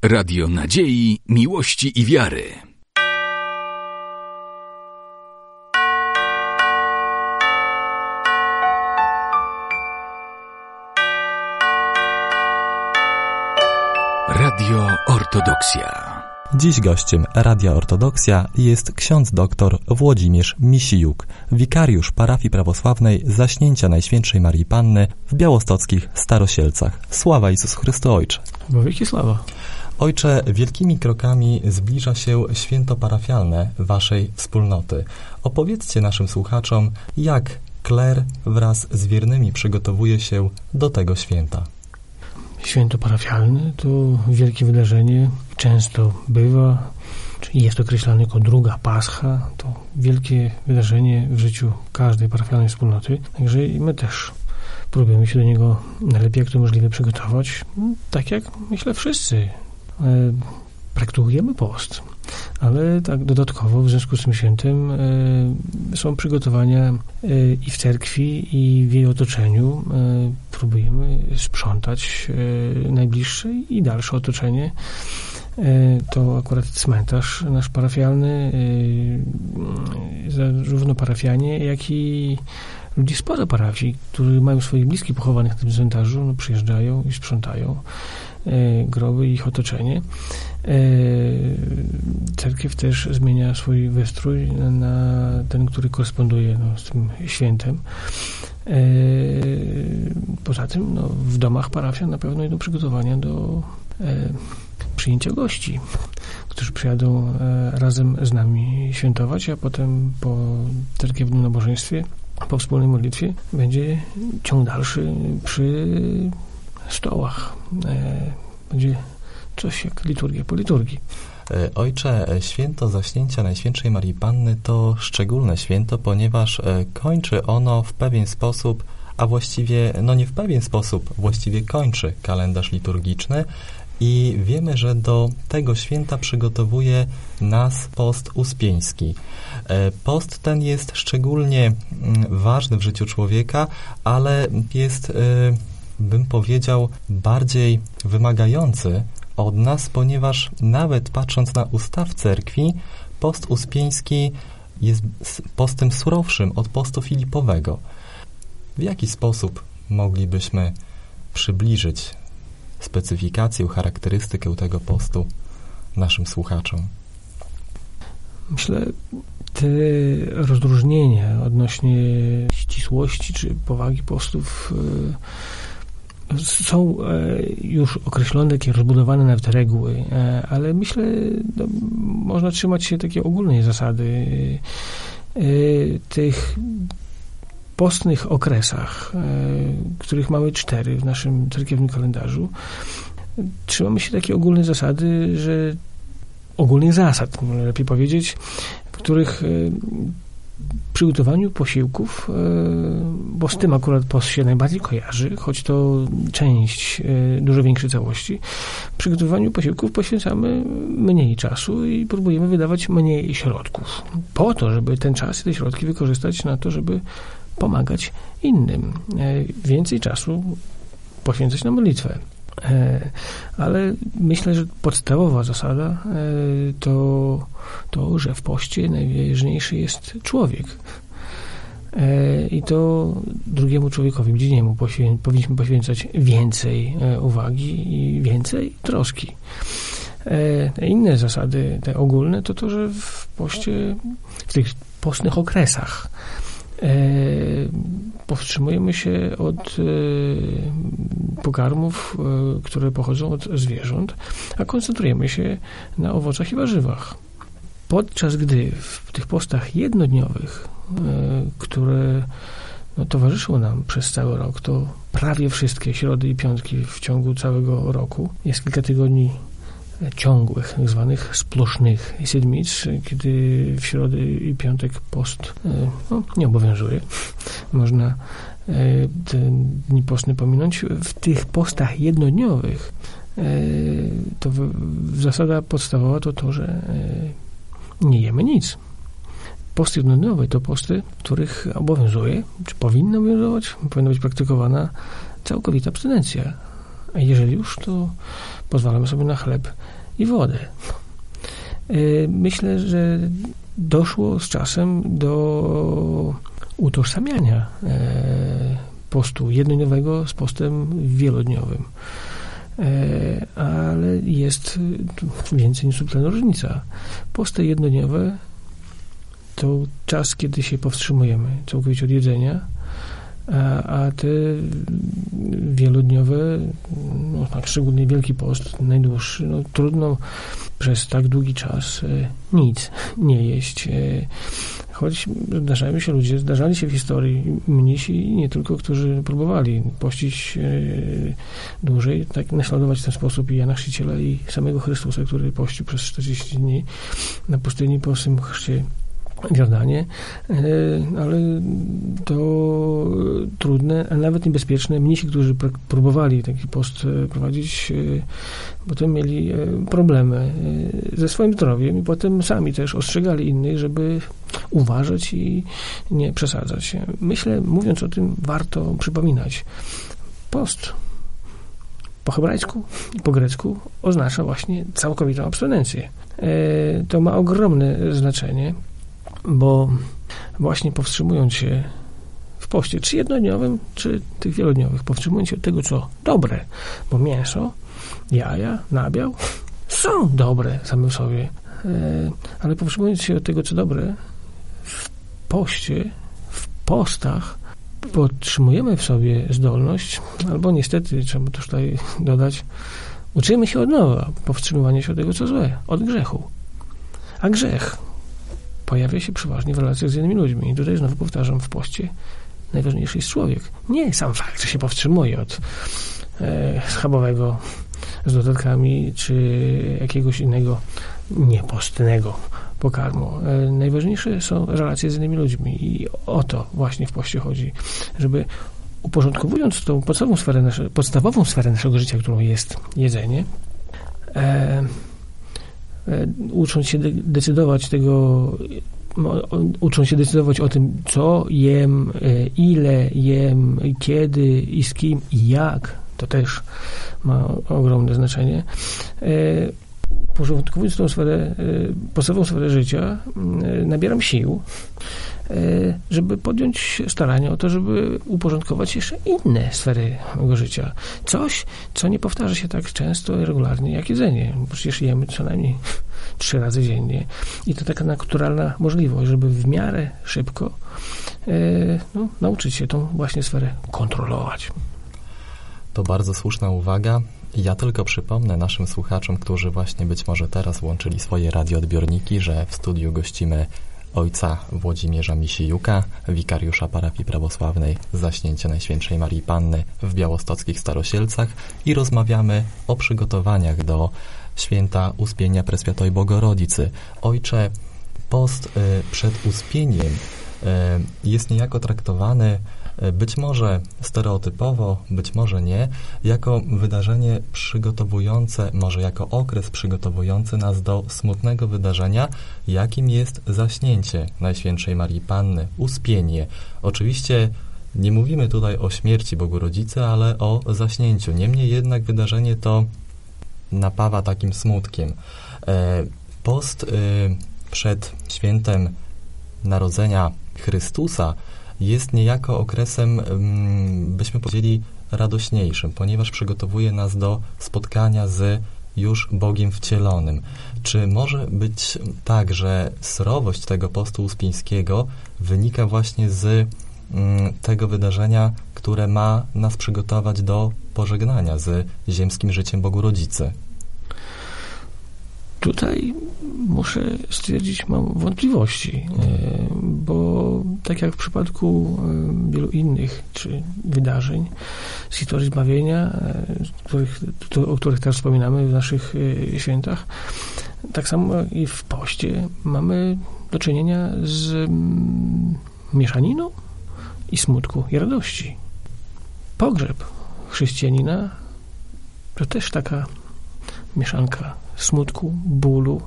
Radio nadziei, miłości i wiary. Radio Ortodoksja. Dziś gościem Radia Ortodoksja jest ksiądz doktor Włodzimierz Misijuk, wikariusz parafii prawosławnej Zaśnięcia Najświętszej Marii Panny w białostockich Starosielcach. Sława Jezus Chrystu, Ojcze. Bo wielkie sława. Ojcze, wielkimi krokami zbliża się święto parafialne waszej wspólnoty. Opowiedzcie naszym słuchaczom, jak kler wraz z wiernymi przygotowuje się do tego święta. Święto parafialne to wielkie wydarzenie. Często bywa, czyli jest określane jako druga Pascha. To wielkie wydarzenie w życiu każdej parafialnej wspólnoty. Także my też próbujemy się do niego najlepiej jak to możliwe przygotować. Tak jak myślę wszyscy. Praktykujemy post. Ale tak dodatkowo w związku z tym świętem są przygotowania i w cerkwi, i w jej otoczeniu. Próbujemy sprzątać najbliższe i dalsze otoczenie. To akurat cmentarz nasz parafialny, zarówno parafianie, jak i ludzie spoza parafii, którzy mają swoich bliskich pochowanych w tym cmentarzu, przyjeżdżają i sprzątają groby i ich otoczenie. Cerkiew też zmienia swój wystrój na ten, który koresponduje z tym świętem. Poza tym w domach parafian na pewno idą przygotowania do przyjęcia gości, którzy przyjadą razem z nami świętować, a potem po cerkiewnym nabożeństwie, po wspólnej modlitwie będzie ciąg dalszy przy stołach. Będzie coś jak liturgia po liturgii. Ojcze, święto Zaśnięcia Najświętszej Marii Panny to szczególne święto, ponieważ kończy ono w pewien sposób, a właściwie, nie w pewien sposób, właściwie kończy kalendarz liturgiczny i wiemy, że do tego święta przygotowuje nas post uspieński. Post ten jest szczególnie ważny w życiu człowieka, ale jest, bym powiedział, bardziej wymagający od nas, ponieważ nawet patrząc na ustaw cerkwi, post uspieński jest postem surowszym od postu filipowego. W jaki sposób moglibyśmy przybliżyć specyfikację, charakterystykę tego postu naszym słuchaczom? Myślę, te rozróżnienia odnośnie ścisłości czy powagi postów są już określone, takie rozbudowane nawet te reguły, ale myślę, można trzymać się takiej ogólnej zasady tych postnych okresach, których mamy 4 w naszym cerkiewnym kalendarzu. Trzymamy się takiej ogólnej zasady, ogólnych zasad, lepiej powiedzieć, w których przygotowaniu posiłków, bo z tym akurat post się najbardziej kojarzy, choć to część dużo większej całości, przygotowaniu posiłków poświęcamy mniej czasu i próbujemy wydawać mniej środków. Po to, żeby ten czas i te środki wykorzystać na to, żeby pomagać innym. Więcej czasu poświęcać na modlitwę. Ale myślę, że podstawowa zasada to, że w poście najważniejszy jest człowiek. I to drugiemu człowiekowi, bliźniemu powinniśmy poświęcać więcej uwagi i więcej troski. Te inne zasady, te ogólne, to, że w poście, w tych postnych okresach powstrzymujemy się od pokarmów, które pochodzą od zwierząt, a koncentrujemy się na owocach i warzywach. Podczas gdy w tych postach jednodniowych, które towarzyszą nam przez cały rok, to prawie wszystkie środy i piątki w ciągu całego roku, jest kilka tygodni ciągłych, tak zwanych splosznych siedmic, kiedy w środę i piątek post nie obowiązuje. Można te dni postne pominąć. W tych postach jednodniowych to zasada podstawowa to, że nie jemy nic. Post jednodniowy to posty, w których obowiązuje, czy powinna obowiązywać, powinna być praktykowana całkowita abstynencja a jeżeli już, to pozwalamy sobie na chleb i wodę. Myślę, że doszło z czasem do utożsamiania postu jednodniowego z postem wielodniowym. Ale jest więcej niż subtelna różnica. Posty jednodniowe to czas, kiedy się powstrzymujemy całkowicie od jedzenia, a te wielodniowe, no tak, szczególnie Wielki Post, najdłuższy, no trudno przez tak długi czas nic nie jeść. Choć zdarzali się w historii mnisi, nie tylko, którzy próbowali pościć dłużej, tak naśladować w ten sposób i Jana Chrzciciela, i samego Chrystusa, który pościł przez 40 dni na pustyni po swym chrzcie w Jordanie, ale to trudne, a nawet niebezpieczne. Mnisi, którzy próbowali taki post prowadzić, potem mieli problemy ze swoim zdrowiem i potem sami też ostrzegali innych, żeby uważać i nie przesadzać. Myślę, mówiąc o tym, warto przypominać. Post po hebrajsku i po grecku oznacza właśnie całkowitą abstynencję. To ma ogromne znaczenie, bo właśnie powstrzymując się w poście, czy jednodniowym, czy tych wielodniowych, powstrzymując się od tego, co dobre, bo mięso, jaja, nabiał są dobre same w sobie, ale powstrzymując się od tego, co dobre, w poście, w postach podtrzymujemy w sobie zdolność, albo niestety, trzeba to tutaj dodać, uczymy się od nowa powstrzymywania się od tego, co złe, od grzechu. A grzech pojawia się przeważnie w relacjach z innymi ludźmi. I tutaj znowu powtarzam, w poście najważniejszy jest człowiek. Nie sam fakt, że się powstrzymuje od schabowego z dodatkami, czy jakiegoś innego niepostnego pokarmu. Najważniejsze są relacje z innymi ludźmi i o to właśnie w poście chodzi, żeby uporządkowując tą podstawową sferę naszego życia, którą jest jedzenie, ucząc się decydować o tym, co jem, ile jem, kiedy i z kim i jak, to też ma ogromne znaczenie. Porządkując tą podstawową sferę życia, nabieram sił, żeby podjąć starania o to, żeby uporządkować jeszcze inne sfery mojego życia. Coś, co nie powtarza się tak często i regularnie jak jedzenie. Bo przecież jemy co najmniej 3 razy dziennie. I to taka naturalna możliwość, żeby w miarę szybko nauczyć się tą właśnie sferę kontrolować. To bardzo słuszna uwaga. Ja tylko przypomnę naszym słuchaczom, którzy właśnie być może teraz włączyli swoje radioodbiorniki, że w studiu gościmy ojca Włodzimierza Misijuka, wikariusza parafii prawosławnej Zaśnięcia Najświętszej Marii Panny w białostockich Starosielcach i rozmawiamy o przygotowaniach do święta Uspienia Preswiatoj Bogorodicy. Ojcze, post przed Uspieniem jest niejako traktowany być może stereotypowo, być może nie, jako wydarzenie przygotowujące, może jako okres przygotowujący nas do smutnego wydarzenia, jakim jest zaśnięcie Najświętszej Marii Panny, uspienie. Oczywiście nie mówimy tutaj o śmierci Bogu Rodzicy, ale o zaśnięciu. Niemniej jednak wydarzenie to napawa takim smutkiem. Post przed świętem Narodzenia Chrystusa jest niejako okresem, byśmy powiedzieli, radośniejszym, ponieważ przygotowuje nas do spotkania z już Bogiem wcielonym. Czy może być tak, że surowość tego postu uspieńskiego wynika właśnie z tego wydarzenia, które ma nas przygotować do pożegnania z ziemskim życiem Bogu Rodzicy? Tutaj muszę stwierdzić, mam wątpliwości, bo tak jak w przypadku wielu innych czy wydarzeń z historii zbawienia, o których teraz wspominamy w naszych świętach, tak samo i w poście mamy do czynienia z mieszaniną i smutku i radości. Pogrzeb chrześcijanina to też taka mieszanka smutku, bólu,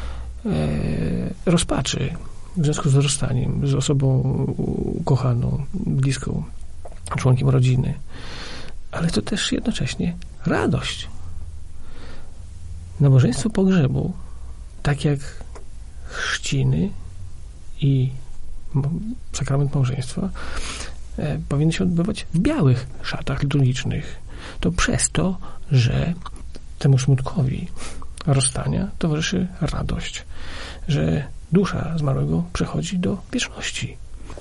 rozpaczy w związku z rozstaniem z osobą ukochaną, bliską, członkiem rodziny. Ale to też jednocześnie radość. Nabożeństwo pogrzebu, tak jak chrzciny i sakrament małżeństwa, powinny się odbywać w białych szatach liturgicznych. To przez to, że temu smutkowi rozstania towarzyszy radość, że dusza zmarłego przechodzi do wieczności.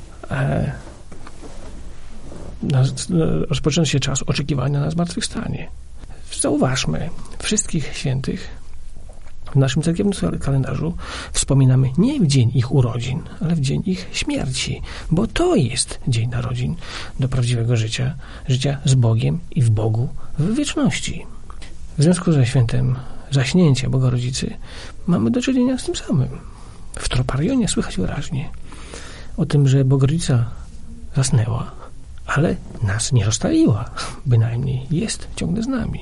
Rozpoczyna się czas oczekiwania na zmartwychwstanie. Zauważmy, wszystkich świętych w naszym cerkiewnym kalendarzu wspominamy nie w dzień ich urodzin, ale w dzień ich śmierci, bo to jest dzień narodzin do prawdziwego życia, życia z Bogiem i w Bogu w wieczności. W związku ze świętem zaśnięcia Bogorodzicy mamy do czynienia z tym samym. W Troparionie słychać wyraźnie o tym, że Bogorodzica zasnęła, ale nas nie zostawiła, bynajmniej jest ciągle z nami.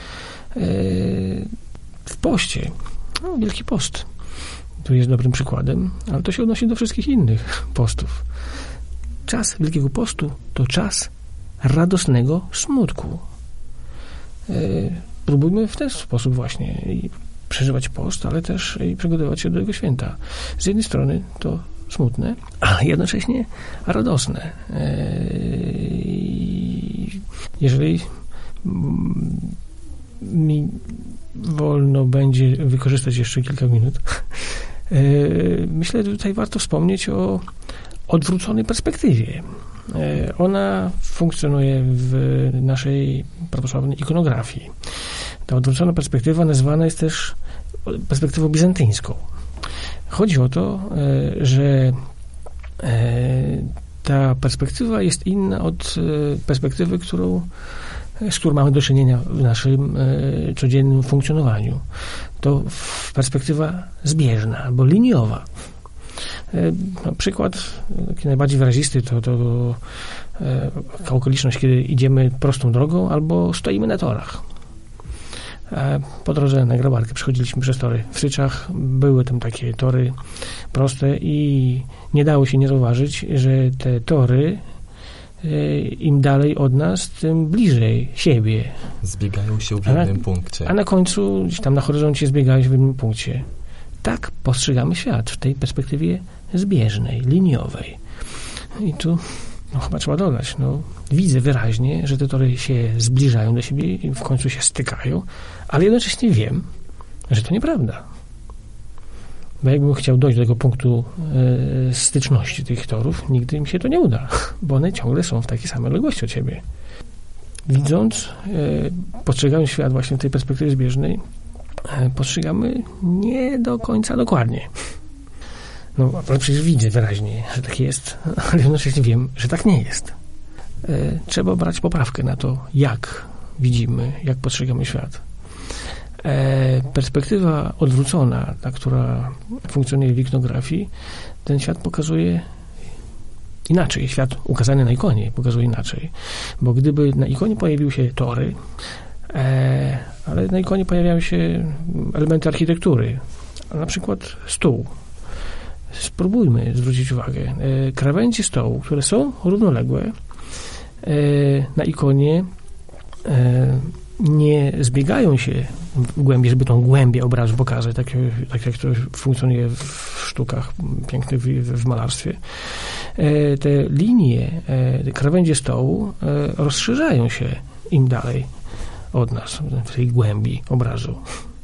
W poście, Wielki Post tu jest dobrym przykładem, ale to się odnosi do wszystkich innych postów. Czas Wielkiego Postu to czas radosnego smutku. Próbujmy w ten sposób właśnie przeżywać post, ale też i przygotowywać się do jego święta. Z jednej strony to smutne, ale jednocześnie radosne. Jeżeli mi wolno będzie wykorzystać jeszcze kilka minut, myślę, że tutaj warto wspomnieć o odwróconej perspektywie. Ona funkcjonuje w naszej prawosławnej ikonografii. Ta odwrócona perspektywa nazywana jest też perspektywą bizantyńską. Chodzi o to, że ta perspektywa jest inna od perspektywy, z którą mamy do czynienia w naszym codziennym funkcjonowaniu. To perspektywa zbieżna albo liniowa. Przykład taki najbardziej wyrazisty to taka okoliczność, kiedy idziemy prostą drogą albo stoimy na torach. Po drodze na Grabarkę przechodziliśmy przez tory w Syczach. Były tam takie tory proste i nie dało się nie zauważyć, że te tory im dalej od nas, tym bliżej siebie. Zbiegają się w jednym punkcie. A na końcu, gdzieś tam na horyzoncie zbiegają się w jednym punkcie. Tak postrzegamy świat w tej perspektywie zbieżnej, liniowej. I tu chyba trzeba dodać, widzę wyraźnie, że te tory się zbliżają do siebie i w końcu się stykają, ale jednocześnie wiem, że to nieprawda. Bo jakbym chciał dojść do tego punktu styczności tych torów, nigdy mi się to nie uda, bo one ciągle są w takiej samej odległości od siebie. Widząc, postrzegając świat właśnie w tej perspektywie zbieżnej, postrzegamy nie do końca dokładnie. Ale przecież widzę wyraźnie, że tak jest, ale jednocześnie wiem, że tak nie jest. Trzeba brać poprawkę na to, jak widzimy, jak postrzegamy świat. Perspektywa odwrócona, ta, która funkcjonuje w ikonografii, ten świat pokazuje inaczej. Świat ukazany na ikonie pokazuje inaczej. Bo gdyby na ikonie pojawiły się tory, ale na ikonie pojawiają się elementy architektury, na przykład stół. Spróbujmy zwrócić uwagę. Krawędzie stołu, które są równoległe, na ikonie nie zbiegają się w głębi, żeby tą głębię obrazu pokazać, tak jak to funkcjonuje w sztukach pięknych, w malarstwie. Te linie, te krawędzie stołu rozszerzają się im dalej od nas, w tej głębi obrazu.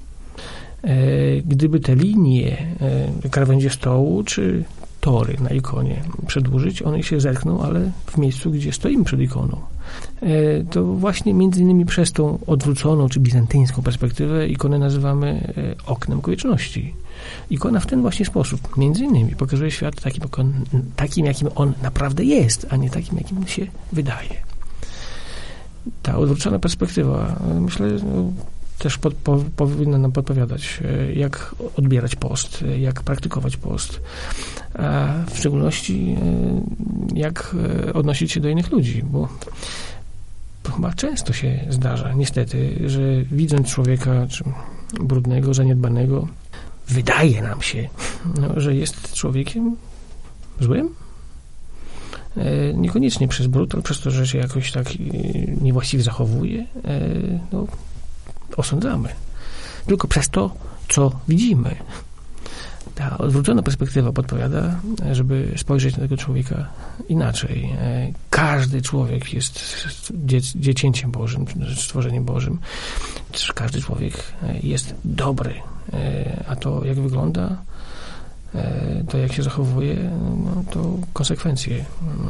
Gdyby te linie, krawędzie stołu, czy tory na ikonie przedłużyć, one się zerkną, ale w miejscu, gdzie stoimy przed ikoną. To właśnie między innymi przez tą odwróconą, czy bizantyńską perspektywę ikonę nazywamy oknem ku wieczności. Ikona w ten właśnie sposób, między innymi, pokazuje świat takim, jakim on naprawdę jest, a nie takim, jakim się wydaje. Ta odwrócona perspektywa, myślę, też powinna nam podpowiadać, jak odbierać post, jak praktykować post, a w szczególności jak odnosić się do innych ludzi, bo chyba często się zdarza, niestety, że widząc człowieka czy brudnego, zaniedbanego, wydaje nam się, że jest człowiekiem złym, niekoniecznie przez brud, ale przez to, że się jakoś tak niewłaściwie zachowuje, no, osądzamy. Tylko przez to, co widzimy. Ta odwrócona perspektywa podpowiada, żeby spojrzeć na tego człowieka inaczej. Każdy człowiek jest dziecięciem Bożym, stworzeniem Bożym. Każdy człowiek jest dobry. A to, jak wygląda, to, jak się zachowuje, no, to konsekwencje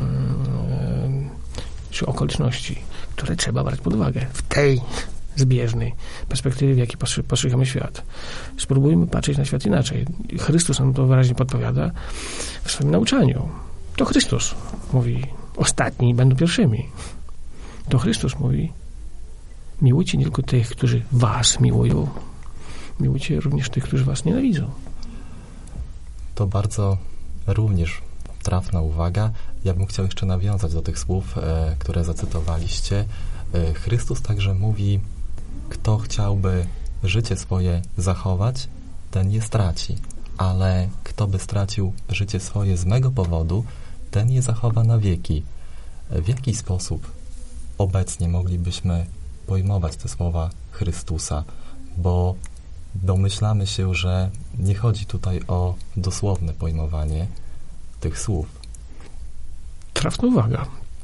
czy okoliczności, które trzeba brać pod uwagę w tej zbieżnej perspektywie, w jakiej postrzegamy świat. Spróbujmy patrzeć na świat inaczej. Chrystus nam to wyraźnie podpowiada w swoim nauczaniu. To Chrystus mówi, ostatni będą pierwszymi. To Chrystus mówi, miłujcie nie tylko tych, którzy was miłują, miłujcie również tych, którzy was nienawidzą. To bardzo również trafna uwaga. Ja bym chciał jeszcze nawiązać do tych słów, które zacytowaliście. Chrystus także mówi, kto chciałby życie swoje zachować, ten je straci, ale kto by stracił życie swoje z mego powodu, ten je zachowa na wieki. W jaki sposób obecnie moglibyśmy pojmować te słowa Chrystusa? Bo domyślamy się, że nie chodzi tutaj o dosłowne pojmowanie tych słów. Trafna uwaga.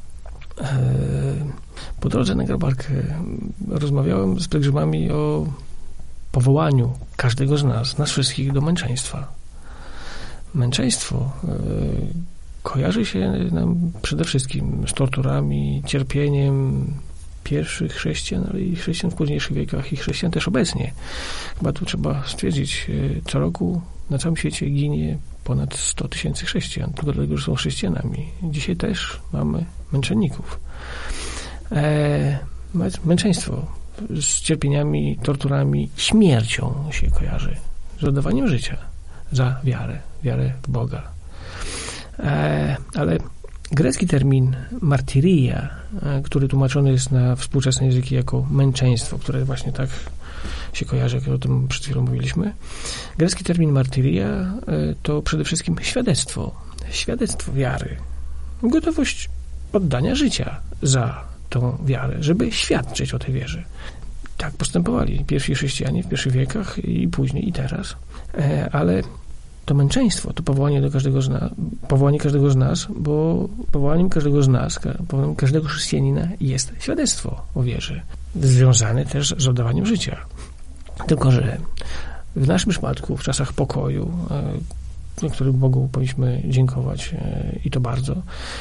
Po drodze na Grabarkę rozmawiałem z pielgrzymami o powołaniu każdego z nas wszystkich do męczeństwa. Męczeństwo kojarzy się nam przede wszystkim z torturami, cierpieniem pierwszych chrześcijan, ale i chrześcijan w późniejszych wiekach i chrześcijan też obecnie. Chyba tu trzeba stwierdzić, co roku na całym świecie ginie ponad 100 000 chrześcijan, tylko dlatego, że są chrześcijanami. Dzisiaj też mamy męczenników. Męczeństwo z cierpieniami, torturami, śmiercią się kojarzy, z oddawaniem życia za wiarę w Boga. Ale grecki termin martyria, który tłumaczony jest na współczesne języki jako męczeństwo, które właśnie tak się kojarzy, jak o tym przed chwilą mówiliśmy. Grecki termin martyria to przede wszystkim świadectwo wiary, gotowość oddania życia za tą wiarę, żeby świadczyć o tej wierze. Tak postępowali pierwsi chrześcijanie w pierwszych wiekach i później, i teraz. Ale to męczeństwo, to powołanie każdego z nas, bo powołaniem każdego chrześcijanina jest świadectwo o wierze, związane też z oddawaniem życia. Tylko że w naszym przypadku, w czasach pokoju, którym Bogu powinniśmy dziękować i to bardzo,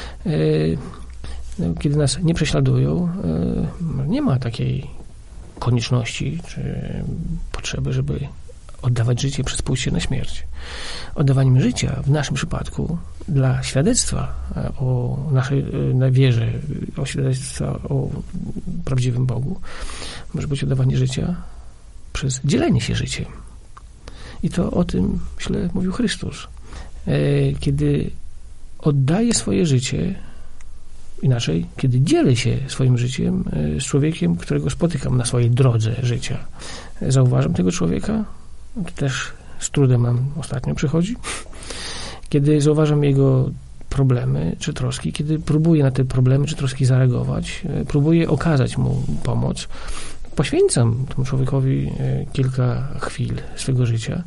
kiedy nas nie prześladują, nie ma takiej konieczności czy potrzeby, żeby oddawać życie przez pójście na śmierć. Oddawaniem życia w naszym przypadku dla świadectwa o naszej wierze, o świadectwa o prawdziwym Bogu może być oddawanie życia przez dzielenie się życiem. I to o tym, myślę, mówił Chrystus. Kiedy oddaję swoje życie, inaczej, kiedy dzielę się swoim życiem z człowiekiem, którego spotykam na swojej drodze życia, zauważam tego człowieka, to też z trudem nam ostatnio przychodzi, kiedy zauważam jego problemy czy troski, kiedy próbuję na te problemy czy troski zareagować, próbuję okazać mu pomoc, poświęcam temu człowiekowi kilka chwil swego życia,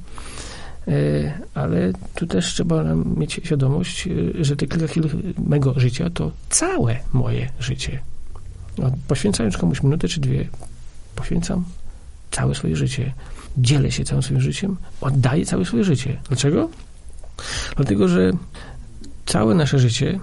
ale tu też trzeba mieć świadomość, że te kilka chwil mego życia to całe moje życie. Poświęcając komuś minutę czy dwie, poświęcam całe swoje życie. Dzielę się całym swoim życiem, oddaję całe swoje życie. Dlaczego? Dlatego, że całe nasze życie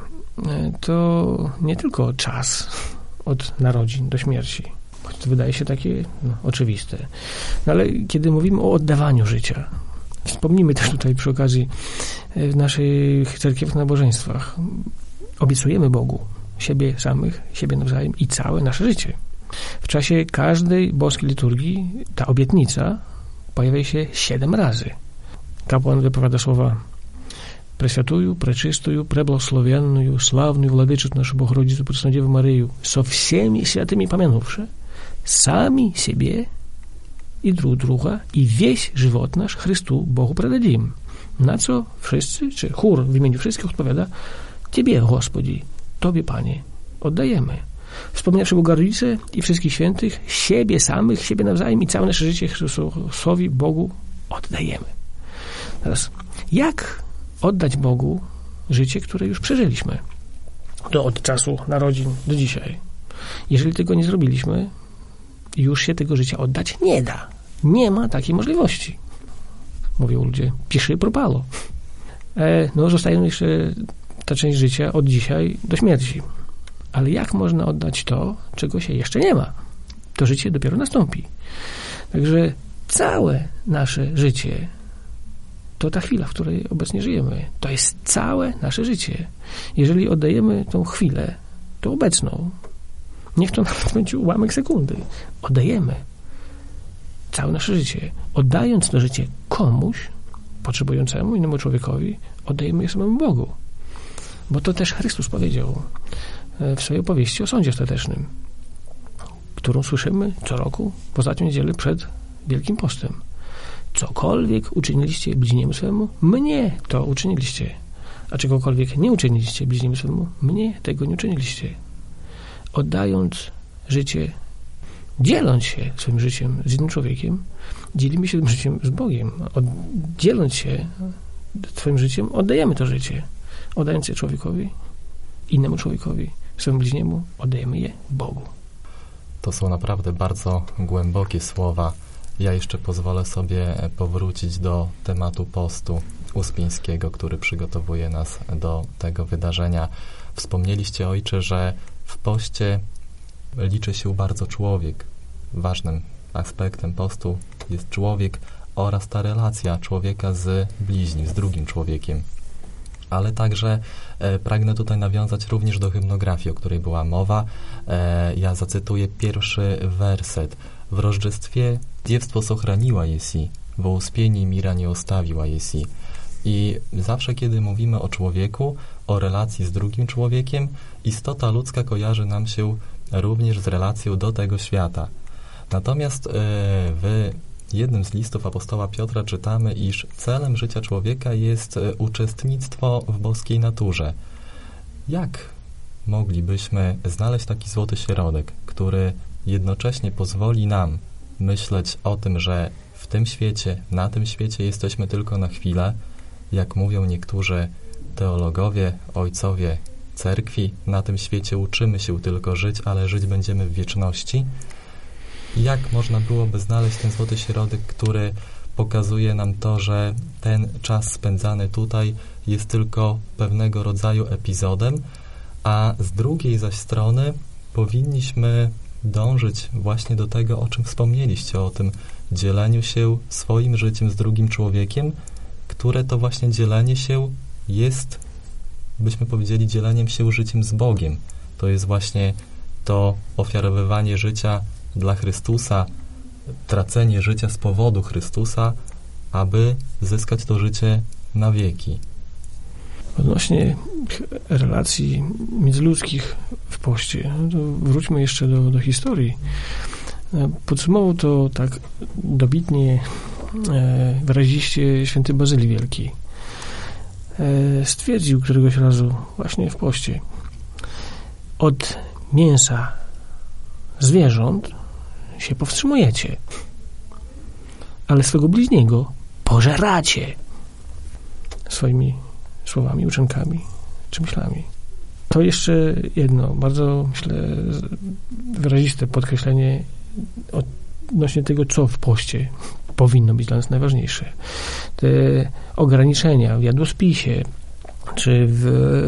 to nie tylko czas od narodzin do śmierci. Choć to wydaje się takie oczywiste. No ale kiedy mówimy o oddawaniu życia, wspomnijmy też tutaj przy okazji w naszych cerkiewnych nabożeństwach, obiecujemy Bogu siebie samych, siebie nawzajem i całe nasze życie. W czasie każdej boskiej liturgii ta obietnica pojawia się 7 razy. Kapłan wypowiada słowa: Пресвятую, пречистую, преблагословенную, славную владычицу нашу Богородицу Преснодеву Марию, со всеми святыми помянувши, сами себе i druga i wieś żywot nasz Chrystu Bogu predadzim. Na co wszyscy, czy chór w imieniu wszystkich odpowiada: Ciebie, Господи, Tobie, Panie, oddajemy. Wspomniawszy Bogorodicę i wszystkich świętych, siebie samych, siebie nawzajem i całe nasze życie Chrystusowi, Bogu oddajemy. Teraz, jak oddać Bogu życie, które już przeżyliśmy? To od czasu narodzin do dzisiaj. Jeżeli tego nie zrobiliśmy, już się tego życia oddać nie da. Nie ma takiej możliwości. Mówią ludzie, piszy propalo. No, zostaje jeszcze ta część życia od dzisiaj do śmierci. Ale jak można oddać to, czego się jeszcze nie ma? To życie dopiero nastąpi. Także całe nasze życie to ta chwila, w której obecnie żyjemy. To jest całe nasze życie. Jeżeli oddajemy tą chwilę, tą obecną, niech to nawet będzie ułamek sekundy, oddajemy całe nasze życie. Oddając to życie komuś potrzebującemu, innemu człowiekowi, oddajemy je samemu Bogu. Bo to też Chrystus powiedział w swojej opowieści o sądzie ostatecznym, którą słyszymy co roku w ostatnią niedzielę przed Wielkim Postem. Cokolwiek uczyniliście bliźniemu swemu, mnie to uczyniliście. A czegokolwiek nie uczyniliście bliźniemu swemu, mnie tego nie uczyniliście. Oddając życie, dzieląc się swoim życiem z innym człowiekiem, dzielimy się tym życiem z Bogiem. Dzieląc się swoim życiem, oddajemy to życie. Oddając je człowiekowi, innemu człowiekowi, swojemu bliźniemu, oddajemy je Bogu. To są naprawdę bardzo głębokie słowa. Ja jeszcze pozwolę sobie powrócić do tematu postu uspieńskiego, który przygotowuje nas do tego wydarzenia. Wspomnieliście, ojcze, że w poście liczy się bardzo człowiek. Ważnym aspektem postu jest człowiek oraz ta relacja człowieka z bliźnim, z drugim człowiekiem. Ale także pragnę tutaj nawiązać również do hymnografii, o której była mowa. Ja zacytuję pierwszy werset. W rożdżestwie dziewstwo sochraniła jesi, w uspieni mira nie ostawiła jesi. I zawsze, kiedy mówimy o człowieku, o relacji z drugim człowiekiem, istota ludzka kojarzy nam się również z relacją do tego świata. Natomiast w jednym z listów apostoła Piotra czytamy, iż celem życia człowieka jest uczestnictwo w boskiej naturze. Jak moglibyśmy znaleźć taki złoty środek, który jednocześnie pozwoli nam myśleć o tym, że w tym świecie, na tym świecie jesteśmy tylko na chwilę, jak mówią niektórzy teologowie, ojcowie cerkwi, na tym świecie uczymy się tylko żyć, ale żyć będziemy w wieczności. Jak można byłoby znaleźć ten złoty środek, który pokazuje nam to, że ten czas spędzany tutaj jest tylko pewnego rodzaju epizodem, a z drugiej zaś strony powinniśmy dążyć właśnie do tego, o czym wspomnieliście, o tym dzieleniu się swoim życiem z drugim człowiekiem, które to właśnie dzielenie się jest, byśmy powiedzieli, dzieleniem się życiem z Bogiem. To jest właśnie to ofiarowywanie życia dla Chrystusa, tracenie życia z powodu Chrystusa, aby zyskać to życie na wieki. Odnośnie relacji międzyludzkich w poście, to wróćmy jeszcze do historii. Podsumował to tak dobitnie, wyraziście święty Bazylii Wielki. Stwierdził któregoś razu właśnie w poście: od mięsa zwierząt się powstrzymujecie, ale swego bliźniego pożeracie swoimi słowami, uczynkami czy myślami. To jeszcze jedno, bardzo, myślę, wyraziste podkreślenie odnośnie tego, co w poście powinno być dla nas najważniejsze. Te ograniczenia w jadłospisie, czy w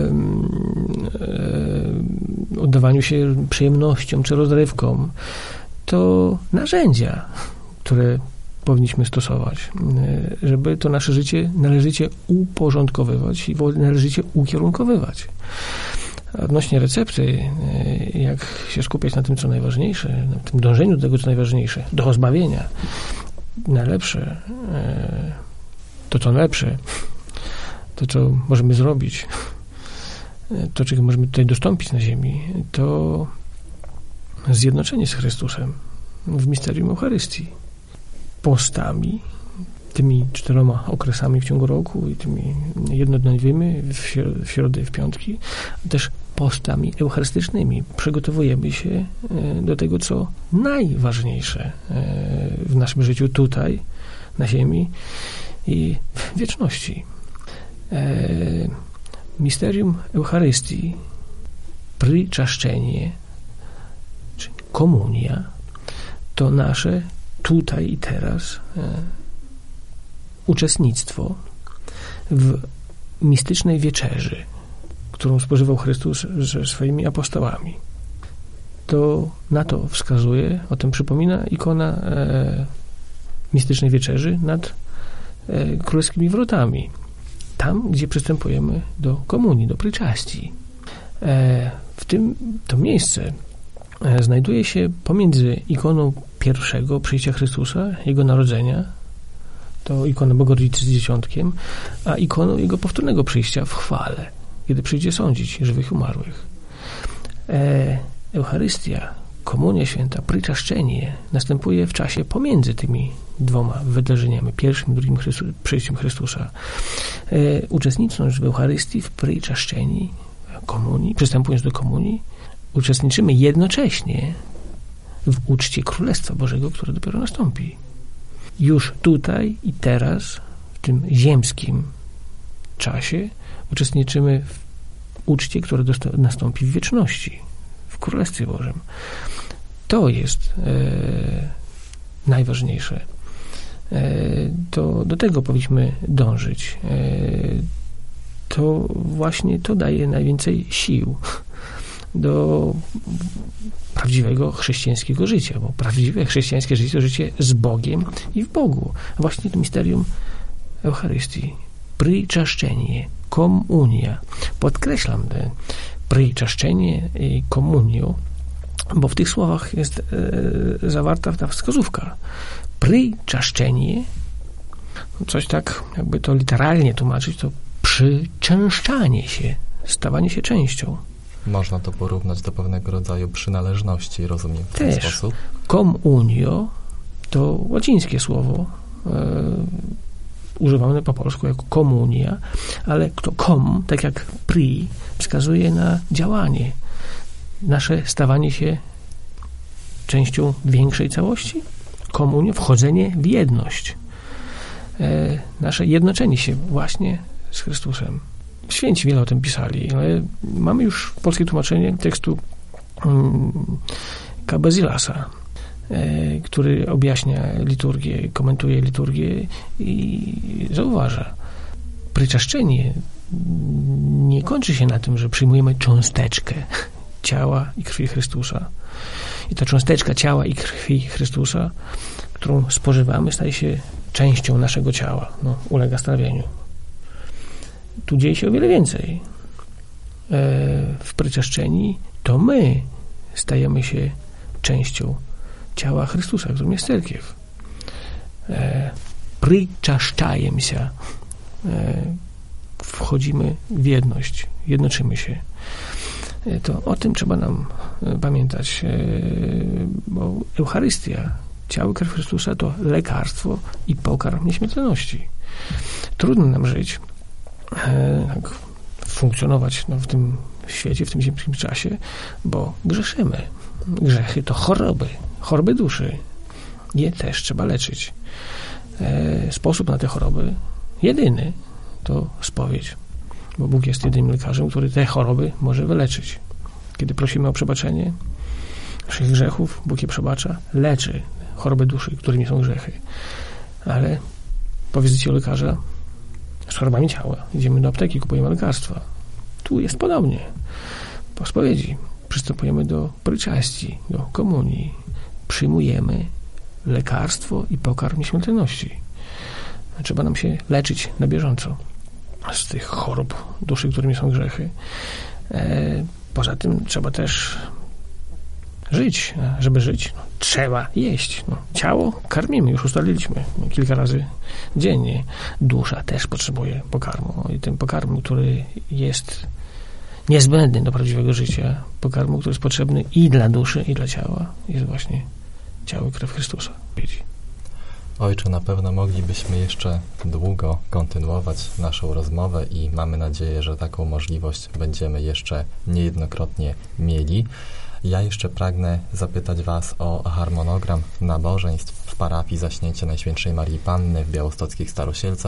oddawaniu się przyjemnościom, czy rozrywkom, to narzędzia, które powinniśmy stosować, żeby to nasze życie należycie uporządkowywać i należycie ukierunkowywać. Odnośnie recepty, jak się skupiać na tym, co najważniejsze, na tym dążeniu do tego, co najważniejsze, do zbawienia, najlepsze, to co lepsze, to co możemy zrobić, to czego możemy tutaj dostąpić na ziemi, to zjednoczenie z Chrystusem w misterium Eucharystii. Postami, tymi 4 okresami w ciągu roku i tymi jednodniowymi w środę i w piątki, też postami eucharystycznymi przygotowujemy się do tego, co najważniejsze w naszym życiu tutaj, na ziemi i w wieczności. Misterium Eucharystii, przyczaszczenie, czy komunia, to nasze tutaj i teraz uczestnictwo w mistycznej wieczerzy, którą spożywał Chrystus ze swoimi apostołami. To na to wskazuje, o tym przypomina ikona mistycznej wieczerzy nad królewskimi wrotami. Tam, gdzie przystępujemy do komunii, do pryczastii. To miejsce znajduje się pomiędzy ikoną pierwszego przyjścia Chrystusa, Jego narodzenia, to ikona Bogorodicy z Dzieciątkiem, a ikoną Jego powtórnego przyjścia w chwale, kiedy przyjdzie sądzić żywych i umarłych. Eucharystia, Komunia Święta, pryczaszczenie następuje w czasie pomiędzy tymi dwoma wydarzeniami, pierwszym i drugim przyjściem Chrystusa. Uczestnicząc w Eucharystii, w pryczaszczeniu, komunii, przystępując do komunii, uczestniczymy jednocześnie w uczcie Królestwa Bożego, które dopiero nastąpi. Już tutaj i teraz, w tym ziemskim czasie, uczestniczymy w uczcie, które nastąpi w wieczności, w Królestwie Bożym. To jest najważniejsze. To do tego powinniśmy dążyć. To właśnie to daje najwięcej sił do prawdziwego chrześcijańskiego życia, bo prawdziwe chrześcijańskie życie to życie z Bogiem i w Bogu. Właśnie to misterium Eucharystii, pryczaszczenie, komunia. Podkreślam te pryczaszczenie i komunię, bo w tych słowach jest zawarta ta wskazówka. Pryczaszczenie, coś tak, jakby to literalnie tłumaczyć, to przyczęszczanie się, stawanie się częścią. Można to porównać do pewnego rodzaju przynależności, rozumiem, w ten sposób. Komunio to łacińskie słowo, używane po polsku jako komunia, ale to kom, tak jak pri, wskazuje na działanie, nasze stawanie się częścią większej całości. Komunia, wchodzenie w jedność. Nasze jednoczenie się właśnie z Chrystusem. Święci wiele o tym pisali, ale mamy już polskie tłumaczenie tekstu Kabezilasa, który objaśnia liturgię, komentuje liturgię i zauważa. Pryczaszczenie nie kończy się na tym, że przyjmujemy cząsteczkę ciała i krwi Chrystusa. I ta cząsteczka ciała i krwi Chrystusa, którą spożywamy, staje się częścią naszego ciała. Ulega strawieniu. Tu dzieje się o wiele więcej. W pryczaszczeni to my stajemy się częścią ciała Chrystusa, którym jest cerkiew. Pryczaszczajem się. Wchodzimy w jedność, jednoczymy się. To o tym trzeba nam pamiętać, bo Eucharystia, ciało i krew Chrystusa to lekarstwo i pokarm nieśmiertelności. Trudno nam żyć, funkcjonować w tym świecie, w tym ziemskim czasie, bo grzeszymy. Grzechy to choroby duszy. Je też trzeba leczyć. Sposób na te choroby jedyny to spowiedź, bo Bóg jest jedynym lekarzem, który te choroby może wyleczyć. Kiedy prosimy o przebaczenie naszych grzechów, Bóg je przebacza, leczy choroby duszy, którymi są grzechy. Ale po wizycie u lekarza z chorobami ciała idziemy do apteki, kupujemy lekarstwa. Tu jest podobnie. Po spowiedzi przystępujemy do pryczastii, do komunii. Przyjmujemy lekarstwo i pokarm nieśmiertelności. Trzeba nam się leczyć na bieżąco z tych chorób duszy, którymi są grzechy. Poza tym trzeba też żyć. Żeby żyć, trzeba jeść. Ciało karmimy, już ustaliliśmy kilka razy dziennie. Dusza też potrzebuje pokarmu. I ten pokarm, który jest niezbędny do prawdziwego życia, pokarmu, który jest potrzebny i dla duszy, i dla ciała, jest właśnie ciało i krew Chrystusa. Ojcze, na pewno moglibyśmy jeszcze długo kontynuować naszą rozmowę i mamy nadzieję, że taką możliwość będziemy jeszcze niejednokrotnie mieli. Ja jeszcze pragnę zapytać Was o harmonogram nabożeństw w parafii Zaśnięcia Najświętszej Marii Panny w białostockich Starosielcach,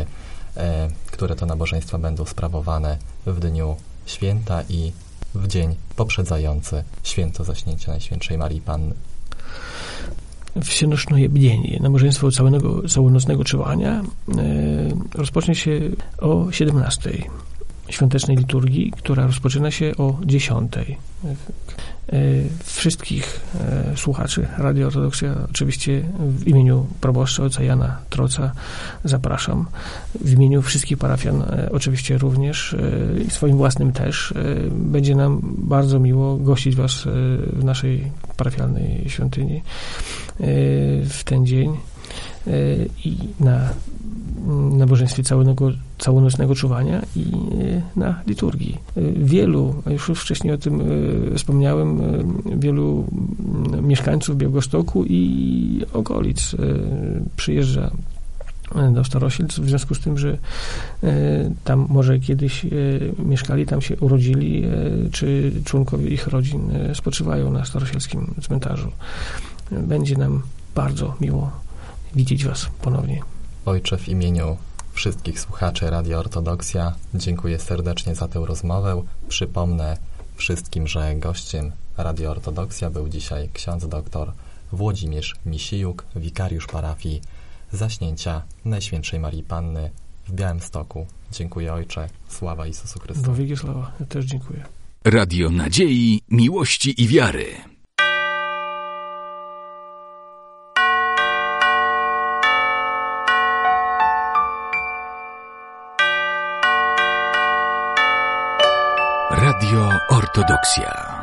które to nabożeństwa będą sprawowane w dniu święta i w dzień poprzedzający święto Zaśnięcia Najświętszej Marii Panny. Wsienoczne bdzienie, nabożeństwo całonocnego czuwania rozpocznie się o 17:00 świątecznej liturgii, która rozpoczyna się o 10:00. Wszystkich słuchaczy Radio Ortodoksja oczywiście w imieniu proboszcza ojca Jana Troca zapraszam. W imieniu wszystkich parafian oczywiście również i swoim własnym też. Będzie nam bardzo miło gościć Was w naszej parafialnej świątyni w ten dzień i na nabożeństwie całonocnego czuwania i na liturgii. Wielu, już wcześniej o tym wspomniałem, wielu mieszkańców Białegostoku i okolic przyjeżdża do Starosielc w związku z tym, że tam może kiedyś mieszkali, tam się urodzili, czy członkowie ich rodzin spoczywają na starosielskim cmentarzu. Będzie nam bardzo miło widzieć Was ponownie. Ojcze, w imieniu wszystkich słuchaczy Radia Ortodoksja dziękuję serdecznie za tę rozmowę. Przypomnę wszystkim, że gościem Radia Ortodoksja był dzisiaj ksiądz dr Włodzimierz Misijuk, wikariusz parafii Zaśnięcia Najświętszej Marii Panny w Białymstoku. Dziękuję, Ojcze. Sława Jezusu Chrystusowi. Bo wielkie sława. Ja też dziękuję. Radio nadziei, miłości i wiary. Radio Ortodoksja.